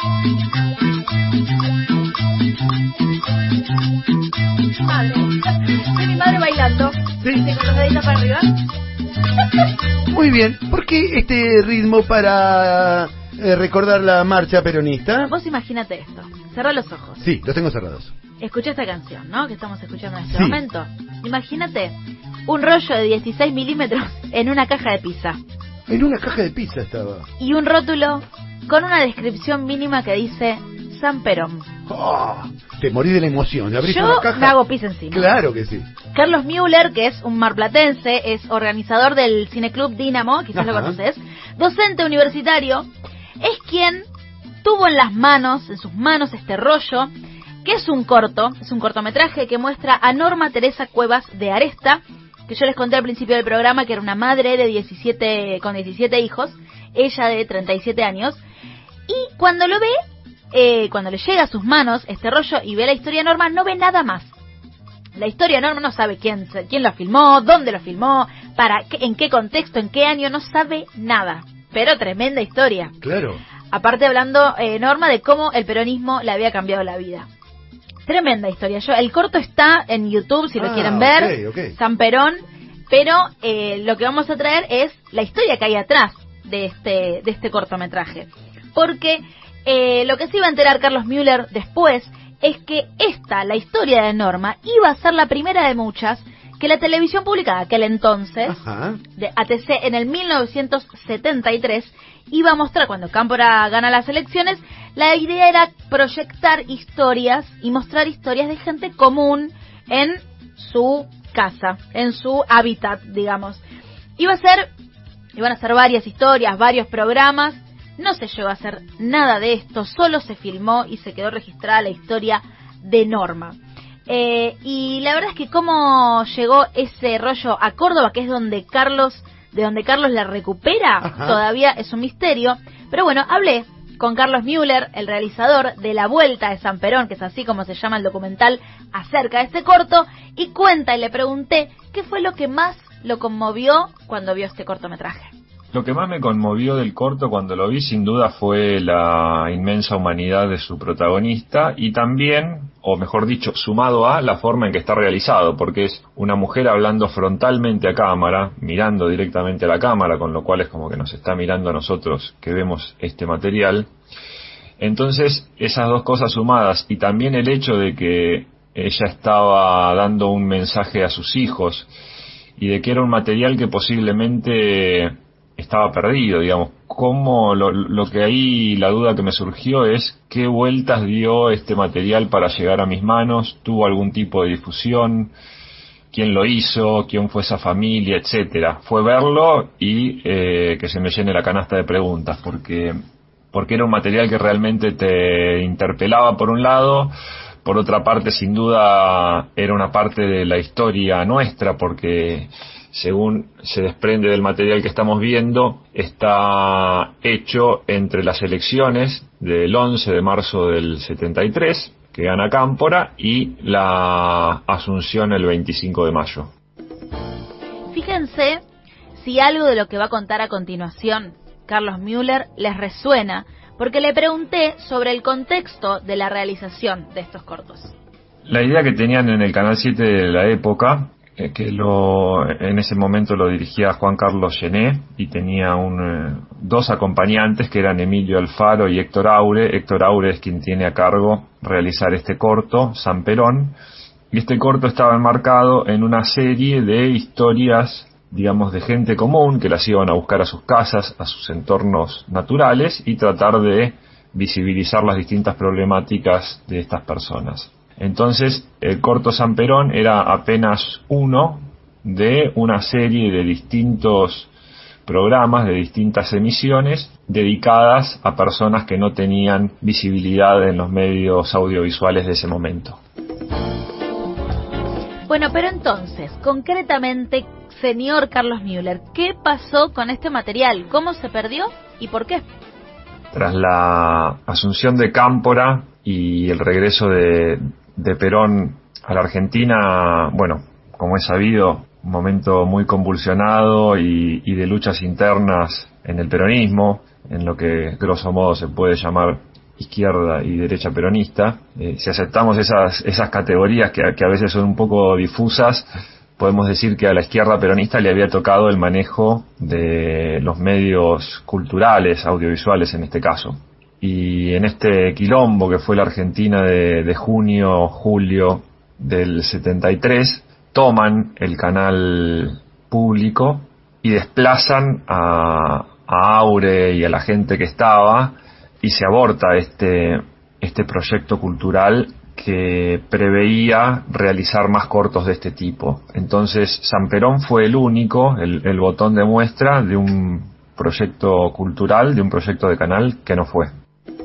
Madre. De mi madre bailando. Sí. Con los deditos para arriba. Muy bien. ¿Por qué este ritmo para recordar la marcha peronista? Vos imagínate esto. Cerrá los ojos. Sí, los tengo cerrados. Escucha esta canción, ¿no? Que estamos escuchando en este Sí. momento. Imagínate un rollo de 16 milímetros en una caja de pizza. En una caja de pizza estaba. Y un rótulo con una descripción mínima que dice San Perón. Oh, te morí de la emoción. De abrir Yo una caja. me hago pis encima. Claro que sí. Carlos Müller, que es un marplatense, es organizador del Cineclub Dínamo, quizás lo Ajá. conoces, docente universitario, es quien tuvo en sus manos este rollo, que es un cortometraje que muestra a Norma Teresa Cuevas de Aresta, que yo les conté al principio del programa que era una madre de con 17 hijos, ella de 37 años, y cuando lo ve, cuando le llega a sus manos este rollo y ve la historia de Norma, no ve nada más. La historia de Norma no sabe quién lo filmó, dónde lo filmó, en qué contexto, en qué año, no sabe nada. Pero tremenda historia. Claro. Aparte hablando, Norma, de cómo el peronismo le había cambiado la vida. Tremenda historia. El corto está en YouTube, si lo quieren ver, okay. San Perón, pero lo que vamos a traer es la historia que hay atrás de este cortometraje. Porque lo que se iba a enterar Carlos Müller después es que la historia de Norma, iba a ser la primera de muchas que la televisión pública de aquel entonces, Ajá. de ATC, en el 1973, iba a mostrar, cuando Cámpora gana las elecciones, la idea era proyectar historias y mostrar historias de gente común en su casa, en su hábitat, digamos. Iban a ser varias historias, varios programas. No se llegó a hacer nada de esto, solo se filmó y se quedó registrada la historia de Norma. Y la verdad es que cómo llegó ese rollo a Córdoba, que es de donde Carlos la recupera, Ajá. todavía es un misterio. Pero bueno, hablé con Carlos Müller, el realizador de La Vuelta de San Perón, que es así como se llama el documental acerca de este corto, y le pregunté qué fue lo que más lo conmovió cuando vio este cortometraje. Lo que más me conmovió del corto cuando lo vi, sin duda, fue la inmensa humanidad de su protagonista y también, o mejor dicho, sumado a la forma en que está realizado, porque es una mujer hablando frontalmente a cámara, mirando directamente a la cámara, con lo cual es como que nos está mirando a nosotros que vemos este material. Entonces, esas dos cosas sumadas y también el hecho de que ella estaba dando un mensaje a sus hijos y de que era un material que posiblemente estaba perdido, digamos. Como lo que ahí, la duda que me surgió es qué vueltas dio este material para llegar a mis manos, tuvo algún tipo de difusión, quién lo hizo, quién fue esa familia, etcétera. Fue verlo y que se me llene la canasta de preguntas, porque era un material que realmente te interpelaba por un lado, por otra parte sin duda era una parte de la historia nuestra, porque según se desprende del material que estamos viendo, está hecho entre las elecciones del 11 de marzo del 73, que gana Cámpora, y la Asunción el 25 de mayo. Fíjense si algo de lo que va a contar a continuación Carlos Müller les resuena, porque le pregunté sobre el contexto de la realización de estos cortos. La idea que tenían en el Canal 7 de la época, que en ese momento lo dirigía Juan Carlos Gené y tenía dos acompañantes que eran Emilio Alfaro y Héctor Aure. Héctor Aure es quien tiene a cargo realizar este corto, San Perón, y este corto estaba enmarcado en una serie de historias, digamos, de gente común que las iban a buscar a sus casas, a sus entornos naturales y tratar de visibilizar las distintas problemáticas de estas personas. Entonces, el corto San Perón era apenas uno de una serie de distintos programas, de distintas emisiones dedicadas a personas que no tenían visibilidad en los medios audiovisuales de ese momento. Bueno, pero entonces, concretamente, señor Carlos Müller, ¿qué pasó con este material? ¿Cómo se perdió y por qué? Tras la asunción de Cámpora y el regreso de Perón a la Argentina, bueno, como es sabido, un momento muy convulsionado y de luchas internas en el peronismo, en lo que grosso modo se puede llamar izquierda y derecha peronista. Si aceptamos esas categorías que a veces son un poco difusas, podemos decir que a la izquierda peronista le había tocado el manejo de los medios culturales, audiovisuales en este caso. Y en este quilombo que fue la Argentina de junio, julio del 73, toman el canal público y desplazan a Aure y a la gente que estaba, y se aborta este proyecto cultural que preveía realizar más cortos de este tipo. Entonces San Perón fue el único, el botón de muestra de un proyecto cultural, de un proyecto de canal que no fue.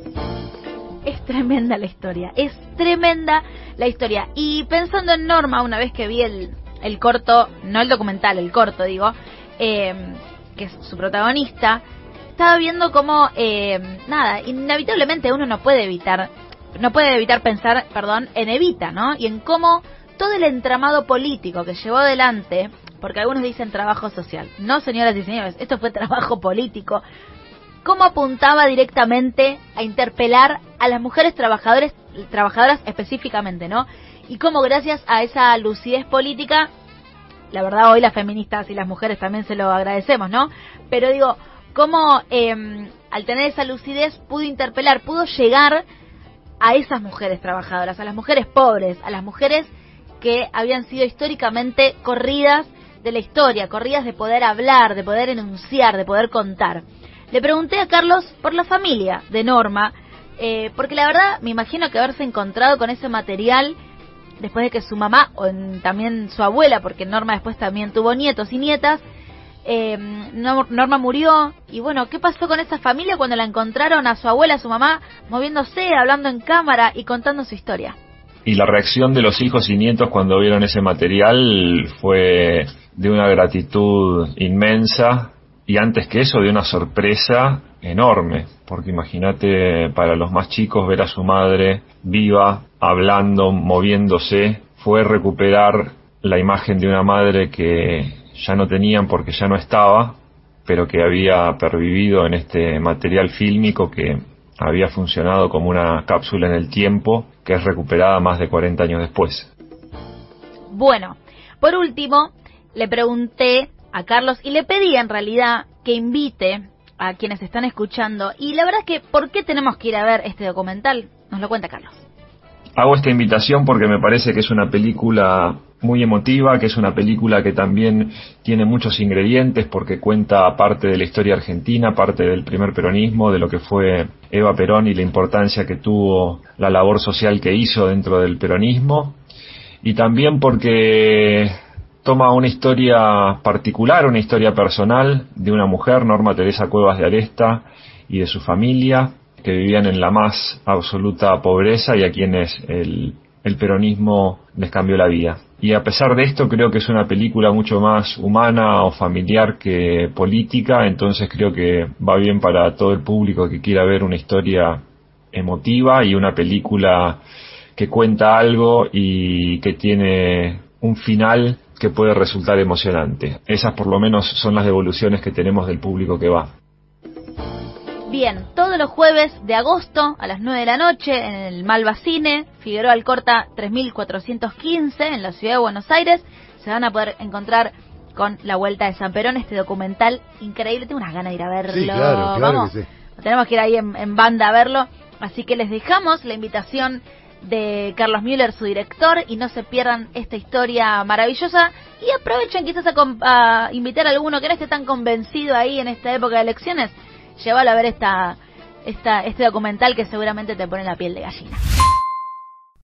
Es tremenda la historia, es tremenda la historia. Y pensando en Norma, una vez que vi el corto, no el documental, el corto digo, que es su protagonista, estaba viendo cómo, inevitablemente uno no puede evitar pensar, en Evita, ¿no? Y en cómo todo el entramado político que llevó adelante, porque algunos dicen trabajo social. No, señoras y señores, esto fue trabajo político. Cómo apuntaba directamente a interpelar a las mujeres trabajadoras específicamente, ¿no? Y cómo gracias a esa lucidez política, la verdad hoy las feministas y las mujeres también se lo agradecemos, ¿no? Pero digo, cómo al tener esa lucidez pudo interpelar, pudo llegar a esas mujeres trabajadoras, a las mujeres pobres, a las mujeres que habían sido históricamente corridas de la historia, corridas de poder hablar, de poder enunciar, de poder contar. Le pregunté a Carlos por la familia de Norma, porque la verdad me imagino que haberse encontrado con ese material después de que su mamá, o también su abuela, porque Norma después también tuvo nietos y nietas, Norma murió, y bueno, ¿qué pasó con esa familia cuando la encontraron a su abuela, a su mamá, moviéndose, hablando en cámara y contando su historia? Y la reacción de los hijos y nietos cuando vieron ese material fue de una gratitud inmensa, y antes que eso de una sorpresa enorme, porque imagínate, para los más chicos ver a su madre viva, hablando, moviéndose, fue recuperar la imagen de una madre que ya no tenían porque ya no estaba, pero que había pervivido en este material fílmico que había funcionado como una cápsula en el tiempo, que es recuperada más de 40 años después. Bueno, por último, le pregunté a Carlos y le pedí en realidad que invite a quienes están escuchando, y la verdad es que ¿por qué tenemos que ir a ver este documental? Nos lo cuenta Carlos. Hago esta invitación porque me parece que es una película muy emotiva, que es una película que también tiene muchos ingredientes, porque cuenta parte de la historia argentina, parte del primer peronismo, de lo que fue Eva Perón y la importancia que tuvo la labor social que hizo dentro del peronismo, y también porque toma una historia particular, una historia personal de una mujer, Norma Teresa Cuevas de Aresta, y de su familia, que vivían en la más absoluta pobreza y a quienes el peronismo les cambió la vida. Y a pesar de esto, creo que es una película mucho más humana o familiar que política, entonces creo que va bien para todo el público que quiera ver una historia emotiva y una película que cuenta algo y que tiene un final que puede resultar emocionante. Esas por lo menos son las devoluciones que tenemos del público que va. Bien, todos los jueves de agosto a las 9 de la noche en el Malva Cine, Figueroa Alcorta 3415 en la ciudad de Buenos Aires, se van a poder encontrar con La Vuelta de San Perón, este documental increíble. Tengo unas ganas de ir a verlo. Sí, claro Vamos, que sí. Tenemos que ir ahí en banda a verlo, así que les dejamos la invitación de Carlos Müller, su director, y no se pierdan esta historia maravillosa, y aprovechen quizás a invitar a alguno que no esté tan convencido ahí en esta época de elecciones. Llévalo a ver este documental que seguramente te pone la piel de gallina.